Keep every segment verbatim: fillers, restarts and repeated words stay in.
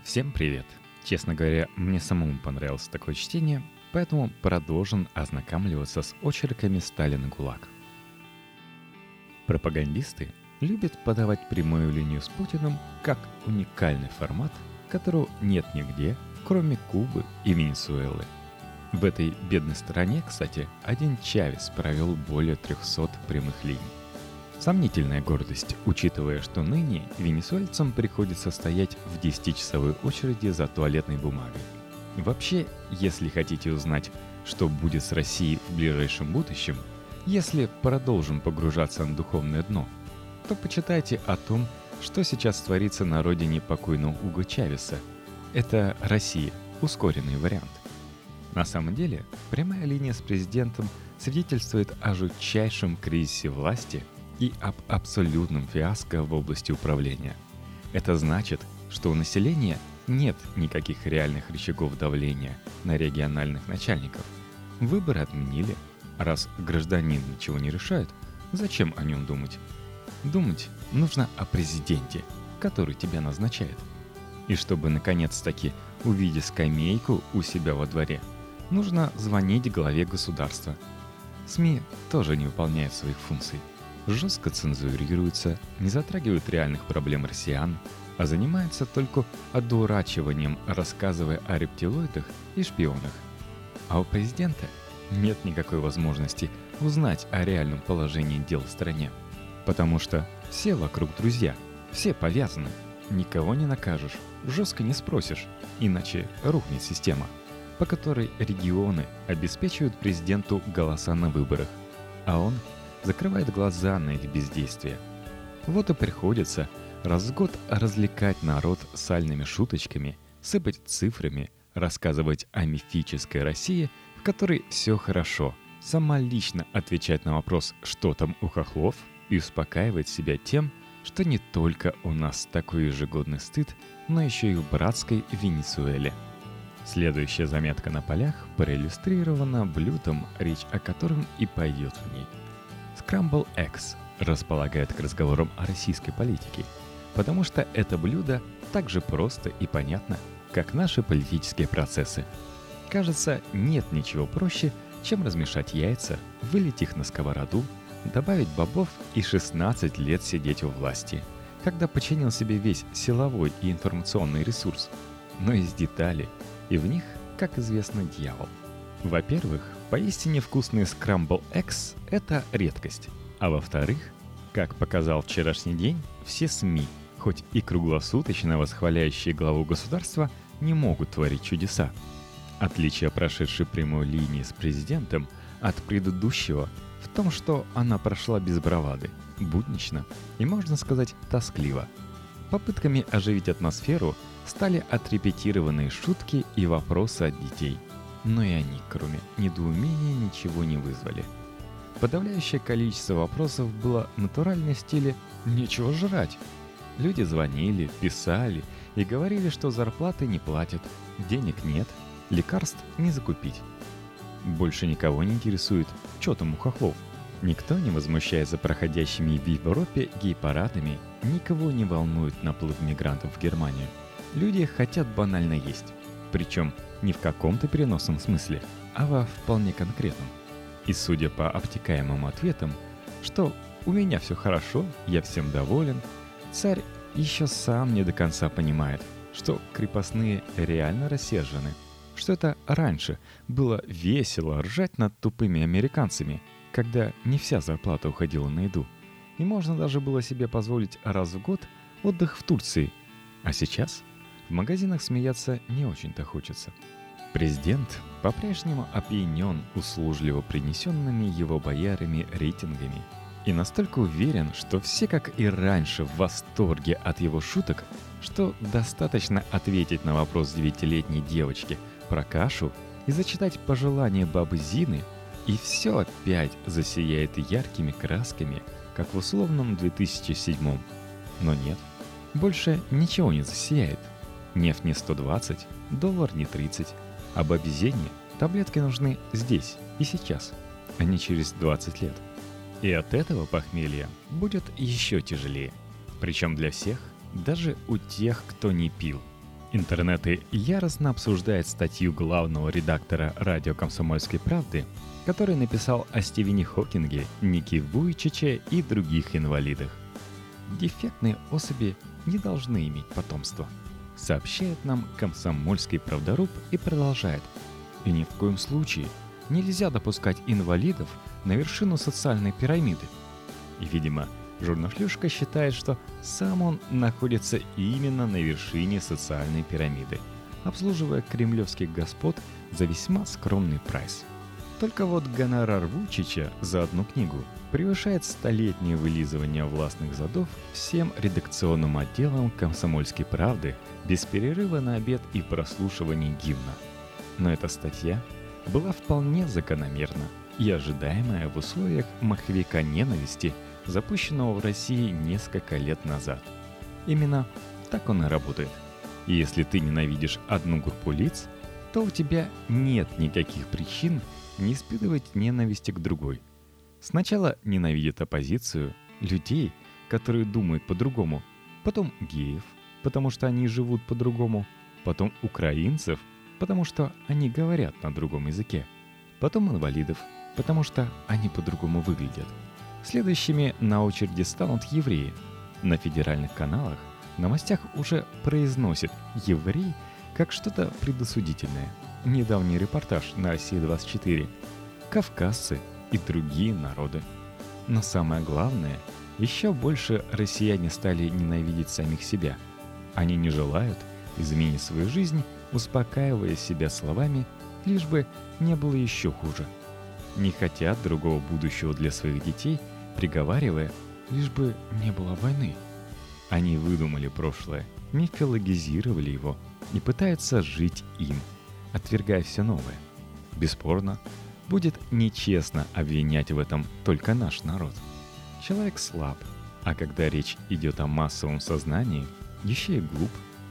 Всем привет! Честно говоря, мне самому понравилось такое чтение, поэтому продолжим ознакомливаться с очерками Сталин и ГУЛАГ. Пропагандисты любят подавать прямую линию с Путиным как уникальный формат, которого нет нигде, кроме Кубы и Венесуэлы. В этой бедной стране, кстати, один Чавес провел более трехсот прямых линий. Сомнительная гордость, учитывая, что ныне венесуэльцам приходится стоять в десятичасовой очереди за туалетной бумагой. Вообще, если хотите узнать, что будет с Россией в ближайшем будущем, если продолжим погружаться на духовное дно, то почитайте о том, что сейчас творится на родине покойного Уго Чавеса. Это Россия, ускоренный вариант. На самом деле, прямая линия с президентом свидетельствует о жутчайшем кризисе власти и об абсолютном фиаско в области управления. Это значит, что у населения нет никаких реальных рычагов давления на региональных начальников. Выборы отменили. Раз гражданин ничего не решает, зачем о нем думать? Думать нужно о президенте, который тебя назначает. И чтобы наконец-таки увидеть скамейку у себя во дворе, нужно звонить главе государства. СМИ тоже не выполняют своих функций. Жестко цензурируются, не затрагивают реальных проблем россиян, а занимаются только одурачиванием, рассказывая о рептилоидах и шпионах. А у президента нет никакой возможности узнать о реальном положении дел в стране. Потому что все вокруг друзья, все повязаны. Никого не накажешь, жестко не спросишь, иначе рухнет система, по которой регионы обеспечивают президенту голоса на выборах, а он закрывает глаза на их бездействие. Вот и приходится раз в год развлекать народ сальными шуточками, сыпать цифрами, рассказывать о мифической России, в которой все хорошо, сама лично отвечать на вопрос «что там у хохлов?» и успокаивать себя тем, что не только у нас такой ежегодный стыд, но еще и в братской Венесуэле. Следующая заметка на полях проиллюстрирована блюдом, речь о котором и пойдет в ней. Scramble Eggs располагает к разговорам о российской политике, потому что это блюдо так же просто и понятно, как наши политические процессы. Кажется, нет ничего проще, чем размешать яйца, вылить их на сковороду, добавить бобов и шестнадцать лет сидеть у власти, когда подчинил себе весь силовой и информационный ресурс. Но есть детали, и в них, как известно, дьявол. Во-первых, поистине вкусные Scramble Eggs – это редкость. А во-вторых, как показал вчерашний день, все СМИ, хоть и круглосуточно восхваляющие главу государства, не могут творить чудеса. Отличие прошедшей прямой линии с президентом от предыдущего в том, что она прошла без бравады, буднично и, можно сказать, тоскливо. Попытками оживить атмосферу стали отрепетированные шутки и вопросы от детей. Но и они, кроме недоумения, ничего не вызвали. Подавляющее количество вопросов было натурально в стиле «нечего жрать». Люди звонили, писали и говорили, что зарплаты не платят, денег нет, лекарств не закупить. Больше никого не интересует, что там у хохлов. Никто не возмущается проходящими в Европе гей-парадами, никого не волнует наплыв мигрантов в Германию. Люди хотят банально есть. Причем не в каком-то переносном смысле, а во вполне конкретном. И судя по обтекаемым ответам, что «у меня все хорошо, я всем доволен», царь еще сам не до конца понимает, что крепостные реально рассержены, что это раньше было весело ржать над тупыми американцами, когда не вся зарплата уходила на еду, и можно даже было себе позволить раз в год отдых в Турции, а сейчас в магазинах смеяться не очень-то хочется. Президент по-прежнему опьянен услужливо принесенными его боярами рейтингами и настолько уверен, что все, как и раньше, в восторге от его шуток, что достаточно ответить на вопрос девятилетней девочки про кашу и зачитать пожелания бабы Зины, и все опять засияет яркими красками, как в условном две тысячи седьмом. Но нет, больше ничего не засияет. Нефть не сто двадцать, доллар не тридцать, а бабе Зине таблетки нужны здесь и сейчас, а не через двадцать лет. И от этого похмелья будет еще тяжелее. Причем для всех, даже у тех, кто не пил. Интернеты яростно обсуждают статью главного редактора радио «Комсомольской правды», который написал о Стивене Хокинге, Нике Вуйчиче и других инвалидах. Дефектные особи не должны иметь потомства, сообщает нам комсомольский правдоруб и продолжает. И ни в коем случае нельзя допускать инвалидов на вершину социальной пирамиды. И, видимо, журналюшка считает, что сам он находится именно на вершине социальной пирамиды, обслуживая кремлевских господ за весьма скромный прайс. Только вот гонорар Вучича за одну книгу превышает столетнее вылизывание властных задов всем редакционным отделам «Комсомольской правды» без перерыва на обед и прослушивание гимна. Но эта статья была вполне закономерна и ожидаемая в условиях маховика ненависти, запущенного в России несколько лет назад. Именно так он и работает. И если ты ненавидишь одну группу лиц, то у тебя нет никаких причин не испытывать ненависти к другой. Сначала ненавидят оппозицию, людей, которые думают по-другому, потом геев, потому что они живут по-другому, потом украинцев, потому что они говорят на другом языке, потом инвалидов, потому что они по-другому выглядят. Следующими на очереди станут евреи. На федеральных каналах в новостях уже произносят «еврей» как что-то предосудительное. Недавний репортаж на Россия двадцать четыре. Кавказцы и другие народы. Но самое главное, еще больше россияне стали ненавидеть самих себя. Они не желают изменить свою жизнь, успокаивая себя словами, лишь бы не было еще хуже. Не хотят другого будущего для своих детей, приговаривая, лишь бы не было войны. Они выдумали прошлое, мифологизировали его и пытаются жить им, отвергая все новое. Бесспорно, будет нечестно обвинять в этом только наш народ. Человек слаб, а когда речь идет о массовом сознании, еще и глуп.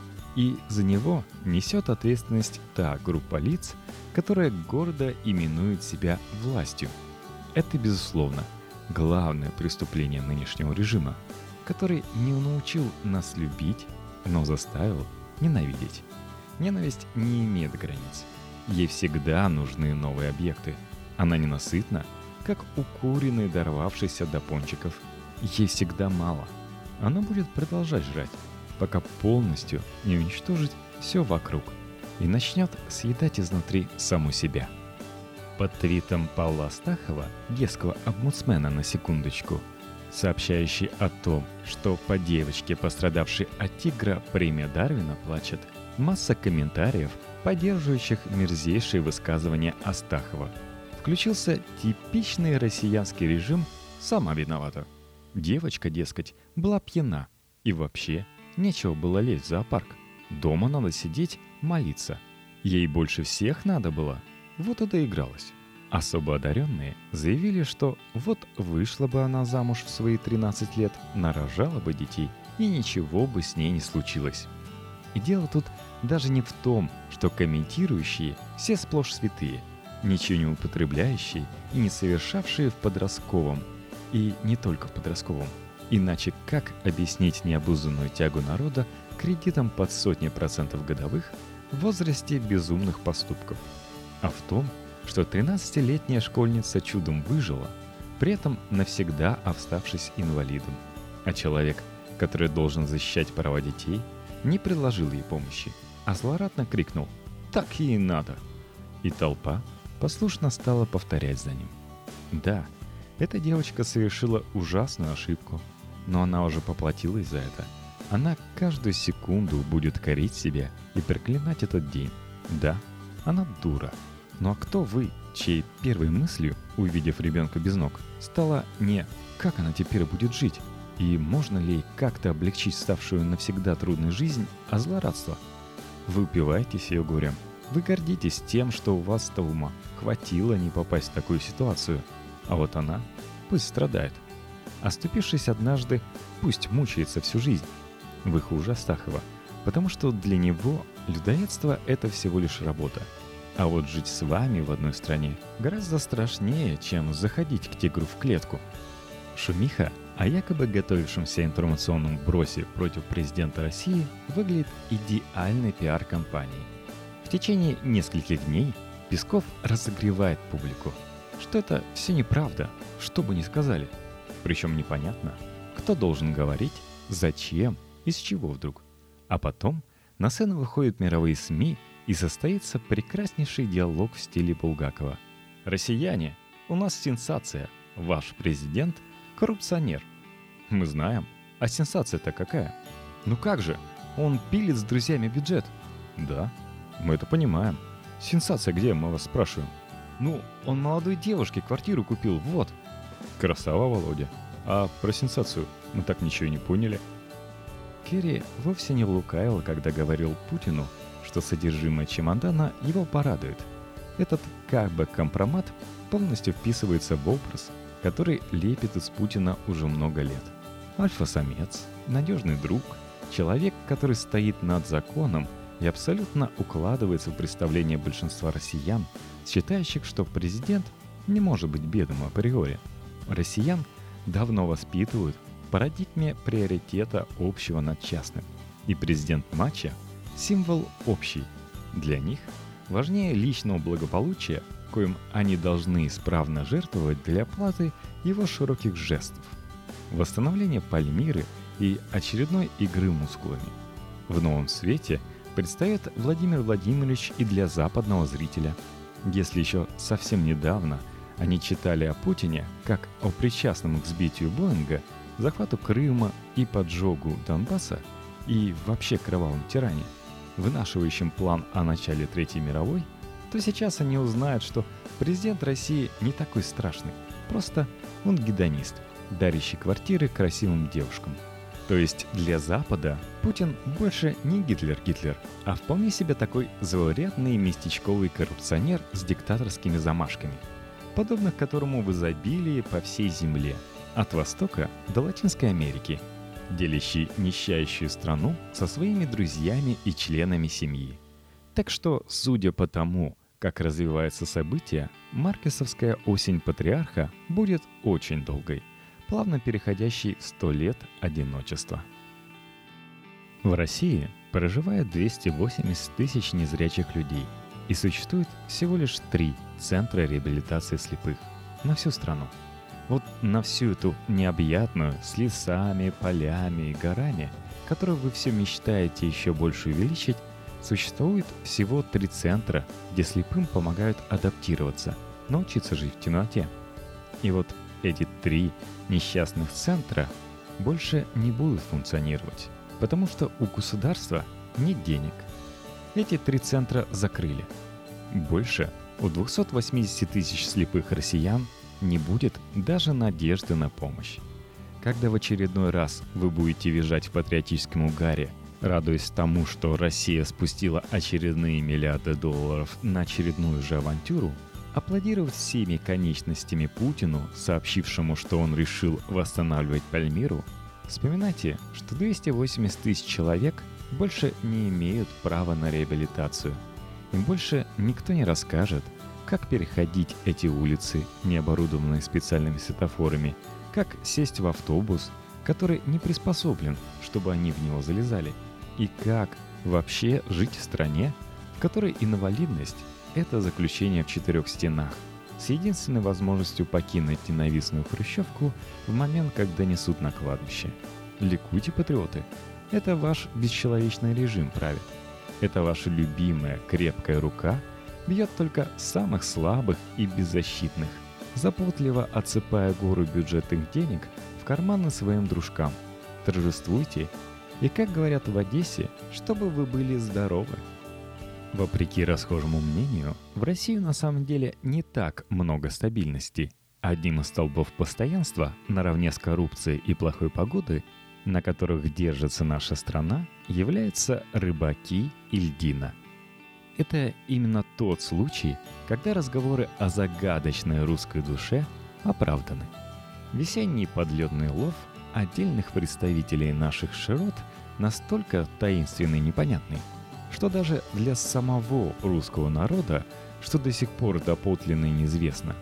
И за него несет ответственность та группа лиц, которая гордо именует себя властью. Это, безусловно, главное преступление нынешнего режима, который не научил нас любить, но заставил ненавидеть. Ненависть не имеет границ. Ей всегда нужны новые объекты. Она ненасытна, как укуренный, дорвавшийся до пончиков. Ей всегда мало. Она будет продолжать жрать, пока полностью не уничтожит все вокруг и начнет съедать изнутри саму себя. Под твитом Павла Астахова, детского омбудсмена на секундочку, сообщающий о том, что по девочке, пострадавшей от тигра, премия Дарвина плачет, масса комментариев, поддерживающих мерзейшие высказывания Астахова. Включился типичный россиянский режим «сама виновата». Девочка, дескать, была пьяна. И вообще, нечего было лезть в зоопарк. Дома надо сидеть, молиться. Ей больше всех надо было. Вот и доигралась. Особо одаренные заявили, что вот вышла бы она замуж в свои тринадцать лет, нарожала бы детей, и ничего бы с ней не случилось. И дело тут даже не в том, что комментирующие все сплошь святые, ничего не употребляющие и не совершавшие в подростковом, и не только в подростковом. Иначе как объяснить необузданную тягу народа к кредитам под сотни процентов годовых в возрасте безумных поступков? А в том, что тринадцатилетняя школьница чудом выжила, при этом навсегда оставшись инвалидом. А человек, который должен защищать права детей, не предложил ей помощи, а злорадно крикнул «Так ей надо!». И толпа послушно стала повторять за ним. Да, эта девочка совершила ужасную ошибку, но она уже поплатилась за это. Она каждую секунду будет корить себя и проклинать этот день. Да, она дура. Ну а кто вы, чьей первой мыслью, увидев ребенка без ног, стало не «как она теперь будет жить?» и можно ли как-то облегчить ставшую навсегда трудной жизнь, а злорадство? Вы упиваетесь ее горем. Вы гордитесь тем, что у вас-то ума хватило не попасть в такую ситуацию. А вот она пусть страдает. Оступившись однажды, пусть мучается всю жизнь. Вы хуже Астахова, потому что для него людоедство – это всего лишь работа. А вот жить с вами в одной стране гораздо страшнее, чем заходить к тигру в клетку. Шумиха о якобы готовившемся информационном вбросе против президента России выглядит идеальной пиар-компанией. В течение нескольких дней Песков разогревает публику, что это все неправда, что бы ни сказали. Причем непонятно, кто должен говорить, зачем и с чего вдруг. А потом на сцену выходят мировые СМИ и состоится прекраснейший диалог в стиле Булгакова. «Россияне, у нас сенсация. Ваш президент – коррупционер». Мы знаем. А сенсация-то какая? Ну как же? Он пилит с друзьями бюджет. Да, мы это понимаем. Сенсация где, мы вас спрашиваем? Ну, он молодой девушке квартиру купил, вот. Красава, Володя. А про сенсацию мы так ничего и не поняли. Керри вовсе не лукавил, когда говорил Путину, что содержимое чемодана его порадует. Этот как бы компромат полностью вписывается в образ, который лепит из Путина уже много лет. Альфа-самец, надежный друг, человек, который стоит над законом и абсолютно укладывается в представление большинства россиян, считающих, что президент не может быть бедным априори. Россиян давно воспитывают в парадигме приоритета общего над частным. И президент матча – символ общий. Для них важнее личного благополучия, коим они должны исправно жертвовать для оплаты его широких жестов. Восстановление Пальмиры и очередной игры мускулами. В новом свете предстает Владимир Владимирович и для западного зрителя. Если еще совсем недавно они читали о Путине как о причастном к сбитию Боинга, захвату Крыма и поджогу Донбасса и вообще кровавом тиране, вынашивающим план о начале Третьей мировой, то сейчас они узнают, что президент России не такой страшный, просто он гедонист, дарящий квартиры красивым девушкам. То есть для Запада Путин больше не Гитлер-Гитлер, а вполне себе такой заурядный местечковый коррупционер с диктаторскими замашками, подобных которому в изобилии по всей земле, от Востока до Латинской Америки, делящий нищающую страну со своими друзьями и членами семьи. Так что, судя по тому, как развиваются события, маркесовская осень патриарха будет очень долгой, плавно переходящей в сто лет одиночества. В России проживает двести восемьдесят тысяч незрячих людей, и существует всего лишь три центра реабилитации слепых на всю страну. Вот на всю эту необъятную, с лесами, полями и горами, которую вы все мечтаете еще больше увеличить, существует всего три центра, где слепым помогают адаптироваться, научиться жить в темноте. И вот эти три несчастных центра больше не будут функционировать, потому что у государства нет денег. Эти три центра закрыли. Больше у двухсот восьмидесяти тысяч слепых россиян не будет даже надежды на помощь. Когда в очередной раз вы будете визжать в патриотическом угаре, радуясь тому, что Россия спустила очередные миллиарды долларов на очередную же авантюру, аплодировать всеми конечностями Путину, сообщившему, что он решил восстанавливать Пальмиру, вспоминайте, что двести восемьдесят тысяч человек больше не имеют права на реабилитацию. Им больше никто не расскажет, как переходить эти улицы, не оборудованные специальными светофорами, как сесть в автобус, который не приспособлен, чтобы они в него залезали, и как вообще жить в стране, в которой инвалидность – это заключение в четырех стенах, с единственной возможностью покинуть ненавистную хрущевку в момент, когда несут на кладбище. Ликуйте, патриоты! Это ваш бесчеловечный режим правит. Это ваша любимая крепкая рука бьет только самых слабых и беззащитных, заботливо отсыпая гору бюджетных денег в карманы своим дружкам. Торжествуйте, и, как говорят в Одессе, чтобы вы были здоровы. Вопреки расхожему мнению, в России на самом деле не так много стабильности. Одним из столбов постоянства, наравне с коррупцией и плохой погодой, на которых держится наша страна, являются рыбаки и льдина. Это именно тот случай, когда разговоры о загадочной русской душе оправданы. Весенний подледный лов отдельных представителей наших широт настолько таинственный и непонятный, что даже для самого русского народа, что до сих пор доподлинно неизвестно,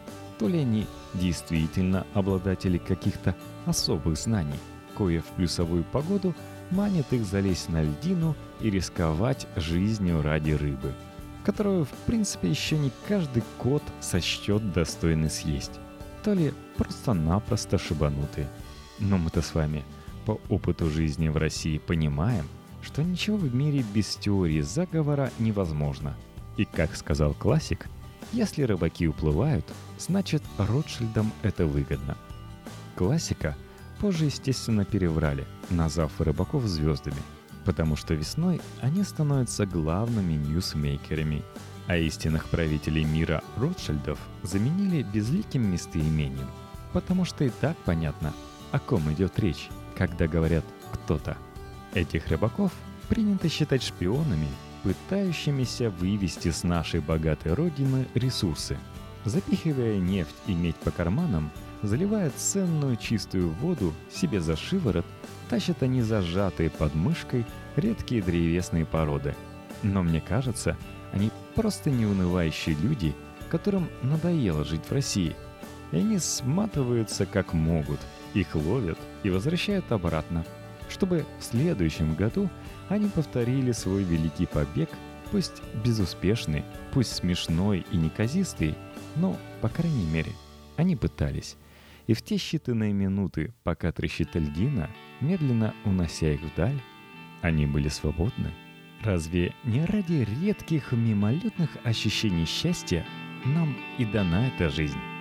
то ли они действительно обладатели каких-то особых знаний, кое в плюсовую погоду манит их залезть на льдину и рисковать жизнью ради рыбы, которую, в принципе, еще не каждый кот сочтет достойной съесть, то ли просто-напросто шибанутые. Но мы-то с вами по опыту жизни в России понимаем, что ничего в мире без теории заговора невозможно. И, как сказал классик, если рыбаки уплывают, значит Ротшильдам это выгодно. Классика позже, естественно, переврали, назвав рыбаков звездами, потому что весной они становятся главными ньюсмейкерами, а истинных правителей мира Ротшильдов заменили безликим местоимением, потому что и так понятно, о ком идет речь, когда говорят «кто-то». Этих рыбаков принято считать шпионами, пытающимися вывести с нашей богатой родины ресурсы. Запихивая нефть и медь по карманам, заливая ценную чистую воду себе за шиворот, тащат они зажатые под мышкой редкие древесные породы. Но мне кажется, они просто неунывающие люди, которым надоело жить в России. И они сматываются как могут, их ловят и возвращают обратно, чтобы в следующем году они повторили свой великий побег, пусть безуспешный, пусть смешной и неказистый, но, по крайней мере, они пытались. И в те считанные минуты, пока трещит льдина, медленно унося их вдаль, они были свободны. Разве не ради редких мимолетных ощущений счастья нам и дана эта жизнь?